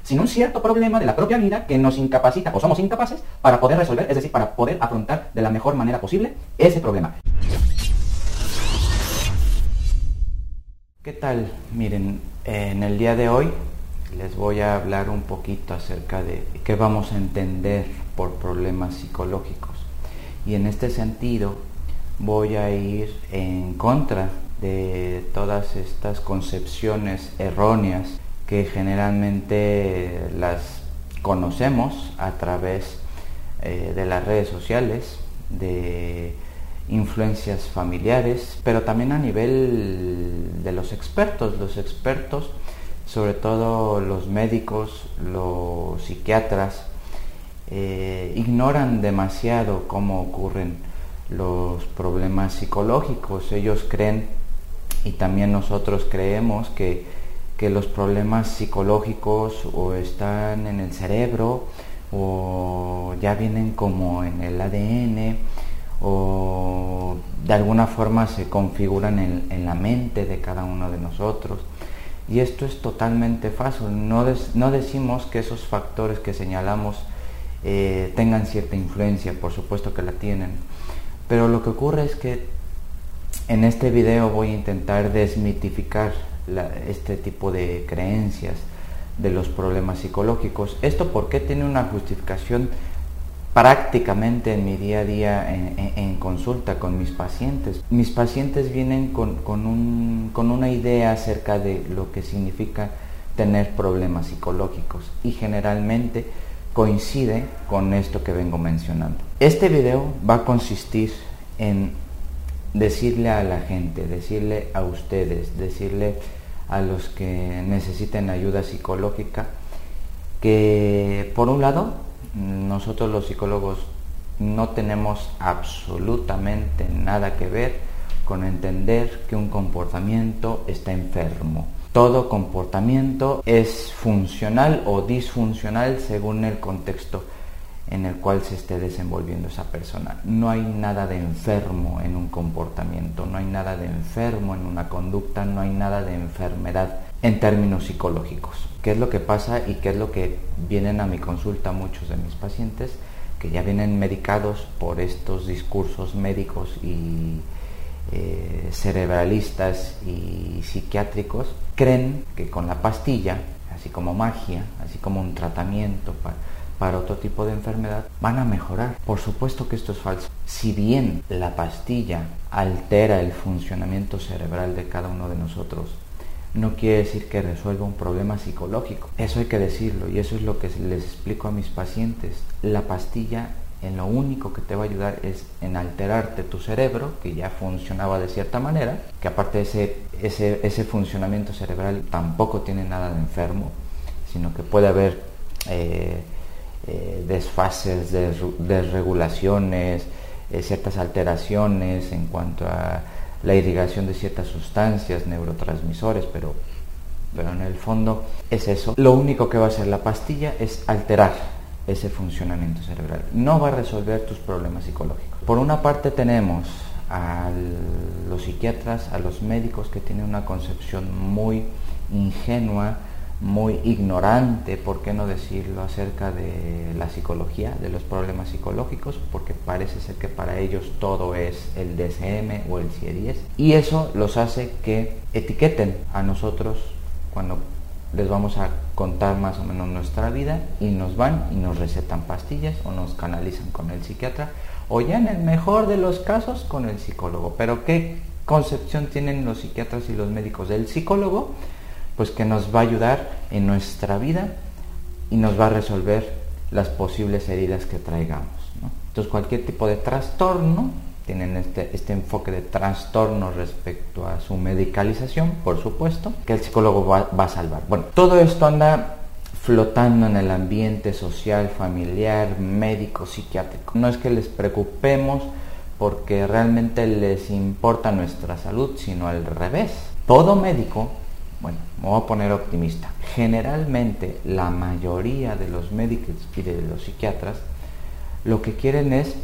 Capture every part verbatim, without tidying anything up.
sino un cierto problema de la propia vida que nos incapacita o somos incapaces para poder resolver, es decir, para poder afrontar de la mejor manera posible ese problema. ¿Qué tal? Miren, en el día de hoy les voy a hablar un poquito acerca de qué vamos a entender por problemas psicológicos. Y en este sentido voy a ir en contra de todas estas concepciones erróneas que generalmente las conocemos a través eh, de las redes sociales, de influencias familiares, pero también a nivel de los expertos, los expertos, sobre todo los médicos, los psiquiatras, eh, ignoran demasiado cómo ocurren los problemas psicológicos. Ellos creen, y también nosotros creemos, que, que los problemas psicológicos o están en el cerebro o ya vienen como en el A D N o de alguna forma se configuran en, en la mente de cada uno de nosotros. Y esto es totalmente falso. No, des, no decimos que esos factores que señalamos eh, tengan cierta influencia, por supuesto que la tienen. Pero lo que ocurre es que en este video voy a intentar desmitificar la, este tipo de creencias de los problemas psicológicos. Esto porque tiene una justificación prácticamente en mi día a día en, en, en consulta con mis pacientes. Mis pacientes vienen con, con, un, con una idea acerca de lo que significa tener problemas psicológicos y generalmente coincide con esto que vengo mencionando. Este video va a consistir en decirle a la gente, decirle a ustedes, decirle a los que necesiten ayuda psicológica que, por un lado, nosotros los psicólogos no tenemos absolutamente nada que ver con entender que un comportamiento está enfermo. Todo comportamiento es funcional o disfuncional según el contexto en el cual se esté desenvolviendo esa persona. No hay nada de enfermo en un comportamiento, no hay nada de enfermo en una conducta, no hay nada de enfermedad en términos psicológicos. ¿Qué es lo que pasa y qué es lo que vienen a mi consulta muchos de mis pacientes que ya vienen medicados por estos discursos médicos y eh, cerebralistas y psiquiátricos? Creen que con la pastilla, así como magia, así como un tratamiento para, para otro tipo de enfermedad, van a mejorar. Por supuesto que esto es falso. Si bien la pastilla altera el funcionamiento cerebral de cada uno de nosotros, no quiere decir que resuelva un problema psicológico. Eso hay que decirlo y eso es lo que les explico a mis pacientes. La pastilla en lo único que te va a ayudar es en alterarte tu cerebro, que ya funcionaba de cierta manera, que aparte ese, ese, ese funcionamiento cerebral tampoco tiene nada de enfermo, sino que puede haber eh, eh, desfases, desregulaciones, eh, ciertas alteraciones en cuanto a la irrigación de ciertas sustancias, neurotransmisores, pero, pero en el fondo es eso. Lo único que va a hacer la pastilla es alterar ese funcionamiento cerebral. No va a resolver tus problemas psicológicos. Por una parte tenemos a los psiquiatras, a los médicos que tienen una concepción muy ingenua, muy ignorante, por qué no decirlo, acerca de la psicología, de los problemas psicológicos, porque parece ser que para ellos todo es el D S M o el C I E diez, y eso los hace que etiqueten a nosotros cuando les vamos a contar más o menos nuestra vida y nos van y nos recetan pastillas o nos canalizan con el psiquiatra o ya en el mejor de los casos con el psicólogo. Pero ¿qué concepción tienen los psiquiatras y los médicos del psicólogo? Pues que nos va a ayudar en nuestra vida y nos va a resolver las posibles heridas que traigamos, ¿no? Entonces cualquier tipo de trastorno, tienen este, este enfoque de trastorno respecto a su medicalización, por supuesto, que el psicólogo va, va a salvar. Bueno, todo esto anda flotando en el ambiente social, familiar, médico, psiquiátrico. No es que les preocupemos porque realmente les importa nuestra salud, sino al revés. Todo médico, bueno, me voy a poner optimista, generalmente la mayoría de los médicos y de los psiquiatras lo que quieren es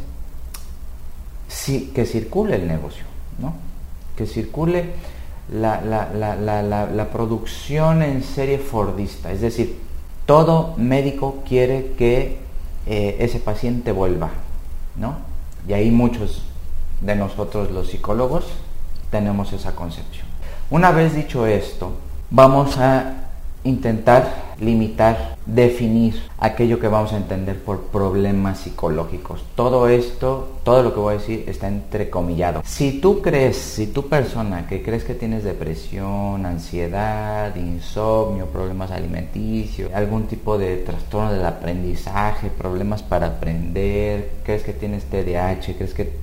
sí, que circule el negocio, ¿no? Que circule la, la, la, la, la, la producción en serie fordista, es decir, todo médico quiere que eh, ese paciente vuelva, ¿no? Y ahí muchos de nosotros los psicólogos tenemos esa concepción. Una vez dicho esto, vamos a intentar limitar, definir aquello que vamos a entender por problemas psicológicos. Todo esto, todo lo que voy a decir está entrecomillado. Si tú crees, si tú persona que crees que tienes depresión, ansiedad, insomnio, problemas alimenticios, algún tipo de trastorno del aprendizaje, problemas para aprender, crees que tienes T D A H, crees que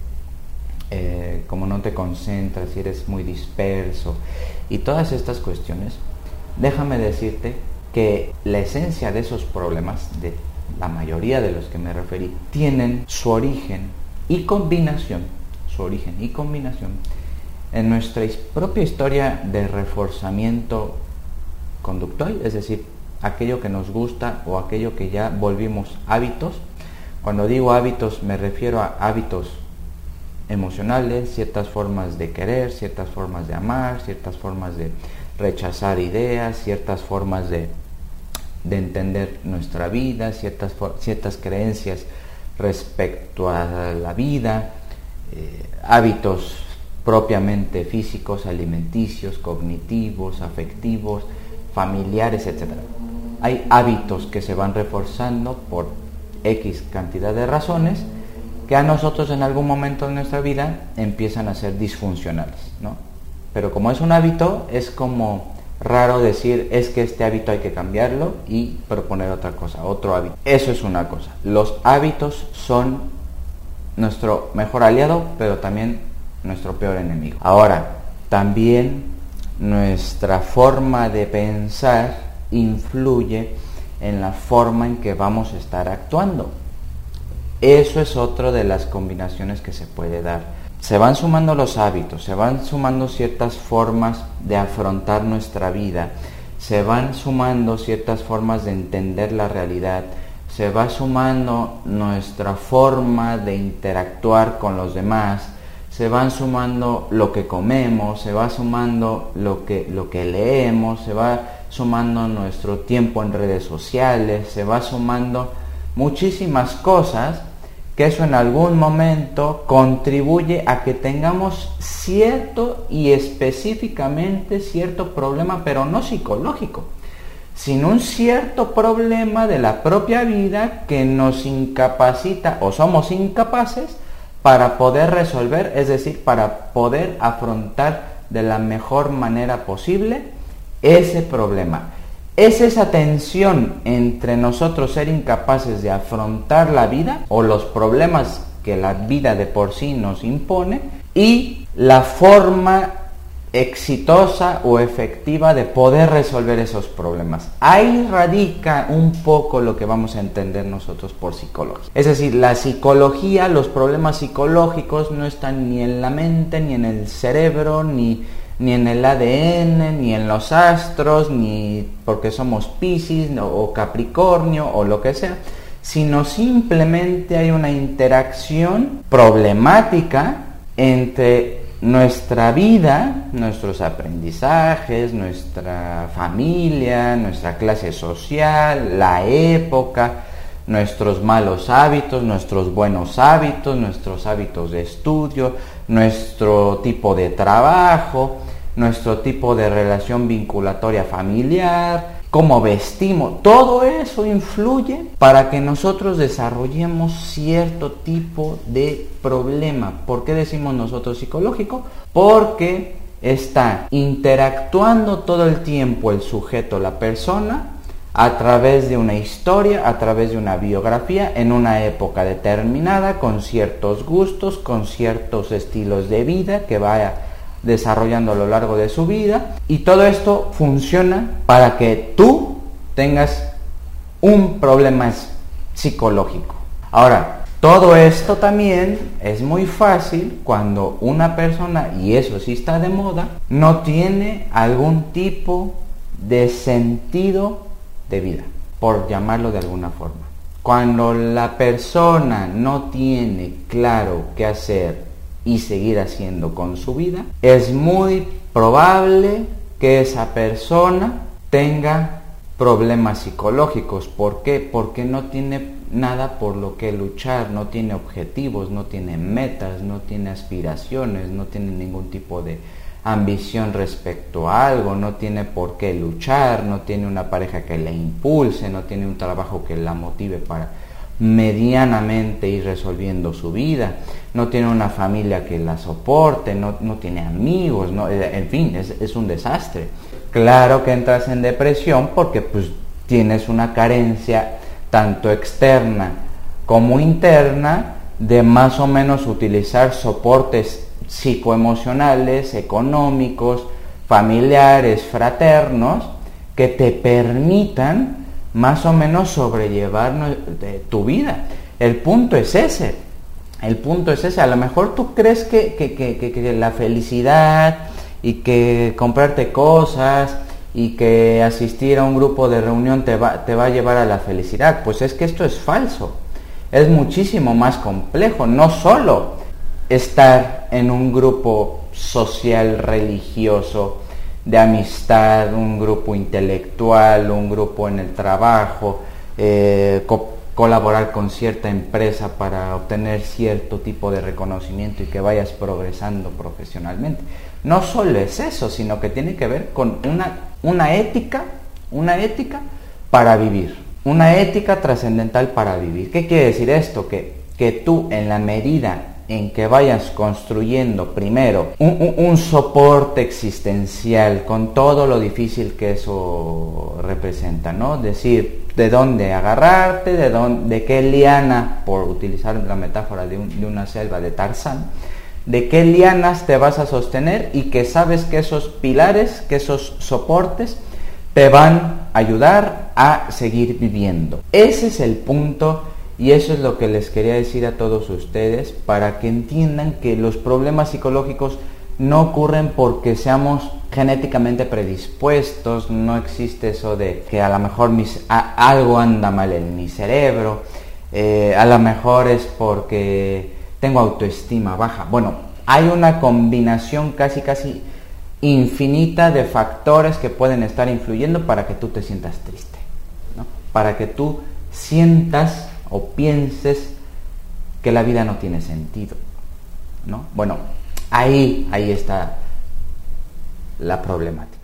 eh, como no te concentras y eres muy disperso y todas estas cuestiones, déjame decirte que la esencia de esos problemas, de la mayoría de los que me referí, tienen su origen y combinación, su origen y combinación en nuestra propia historia de reforzamiento conductual, es decir, aquello que nos gusta o aquello que ya volvimos hábitos. Cuando digo hábitos me refiero a hábitos emocionales, ciertas formas de querer, ciertas formas de amar, ciertas formas de rechazar ideas, ciertas formas de, de entender nuestra vida, ciertas, ciertas creencias respecto a la vida, eh, hábitos propiamente físicos, alimenticios, cognitivos, afectivos, familiares, etcétera. Hay hábitos que se van reforzando por X cantidad de razones que a nosotros en algún momento de nuestra vida empiezan a ser disfuncionales, ¿no? Pero como es un hábito, es como raro decir, es que este hábito hay que cambiarlo y proponer otra cosa, otro hábito. Eso es una cosa. Los hábitos son nuestro mejor aliado, pero también nuestro peor enemigo. Ahora, también nuestra forma de pensar influye en la forma en que vamos a estar actuando. Eso es otra de las combinaciones que se puede dar. Se van sumando los hábitos, se van sumando ciertas formas de afrontar nuestra vida, se van sumando ciertas formas de entender la realidad, se va sumando nuestra forma de interactuar con los demás, se van sumando lo que comemos, se va sumando lo que, lo que leemos, se va sumando nuestro tiempo en redes sociales, se va sumando muchísimas cosas que eso en algún momento contribuye a que tengamos cierto y específicamente cierto problema, pero no psicológico, sino un cierto problema de la propia vida que nos incapacita o somos incapaces para poder resolver, es decir, para poder afrontar de la mejor manera posible ese problema. Es esa tensión entre nosotros ser incapaces de afrontar la vida o los problemas que la vida de por sí nos impone y la forma exitosa o efectiva de poder resolver esos problemas. Ahí radica un poco lo que vamos a entender nosotros por psicología. Es decir, la psicología, los problemas psicológicos no están ni en la mente, ni en el cerebro, ni ni en el A D N, ni en los astros, ni porque somos Piscis no, o Capricornio o lo que sea, sino simplemente hay una interacción problemática entre nuestra vida, nuestros aprendizajes, nuestra familia, nuestra clase social, la época, nuestros malos hábitos, nuestros buenos hábitos, nuestros hábitos de estudio, nuestro tipo de trabajo, nuestro tipo de relación vinculatoria familiar, cómo vestimos. Todo eso influye para que nosotros desarrollemos cierto tipo de problema. ¿Por qué decimos nosotros psicológico? Porque está interactuando todo el tiempo el sujeto, la persona, a través de una historia, a través de una biografía, en una época determinada, con ciertos gustos, con ciertos estilos de vida que vaya desarrollando a lo largo de su vida. Y todo esto funciona para que tú tengas un problema psicológico. Ahora, todo esto también es muy fácil cuando una persona, y eso sí está de moda, no tiene algún tipo de sentido de vida, por llamarlo de alguna forma. Cuando la persona no tiene claro qué hacer y seguir haciendo con su vida, es muy probable que esa persona tenga problemas psicológicos. ¿Por qué? Porque no tiene nada por lo que luchar, no tiene objetivos, no tiene metas, no tiene aspiraciones, no tiene ningún tipo de ambición respecto a algo, no tiene por qué luchar, no tiene una pareja que la impulse, no tiene un trabajo que la motive para medianamente ir resolviendo su vida, no tiene una familia que la soporte, no, no tiene amigos, no, en fin, es, es un desastre. Claro que entras en depresión porque pues tienes una carencia tanto externa como interna de más o menos utilizar soportes psicoemocionales, económicos, familiares, fraternos, que te permitan más o menos sobrellevar tu vida. El punto es ese, el punto es ese. A lo mejor tú crees que, que, que, que, que la felicidad y que comprarte cosas y que asistir a un grupo de reunión te va, te va a llevar a la felicidad. Pues es que esto es falso, es muchísimo más complejo. No solo estar en un grupo social, religioso, de amistad, un grupo intelectual, un grupo en el trabajo, eh, co- colaborar con cierta empresa para obtener cierto tipo de reconocimiento y que vayas progresando profesionalmente. No solo es eso, sino que tiene que ver con una, una ética, una ética para vivir, una ética trascendental para vivir. ¿Qué quiere decir esto? Que, que tú, en la medida en que vayas construyendo primero un, un, un soporte existencial con todo lo difícil que eso representa, ¿no? Decir, de dónde agarrarte, de, dónde, de qué liana, por utilizar la metáfora de, un, de una selva de Tarzán, de qué lianas te vas a sostener y que sabes que esos pilares, que esos soportes te van a ayudar a seguir viviendo. Ese es el punto. Y eso es lo que les quería decir a todos ustedes, para que entiendan que los problemas psicológicos no ocurren porque seamos genéticamente predispuestos. No existe eso de que a lo mejor mis, a, algo anda mal en mi cerebro, eh, a lo mejor es porque tengo autoestima baja. Bueno, hay una combinación casi casi infinita de factores que pueden estar influyendo para que tú te sientas triste, ¿no? Para que tú sientas o pienses que la vida no tiene sentido, ¿no? Bueno, ahí, ahí está la problemática.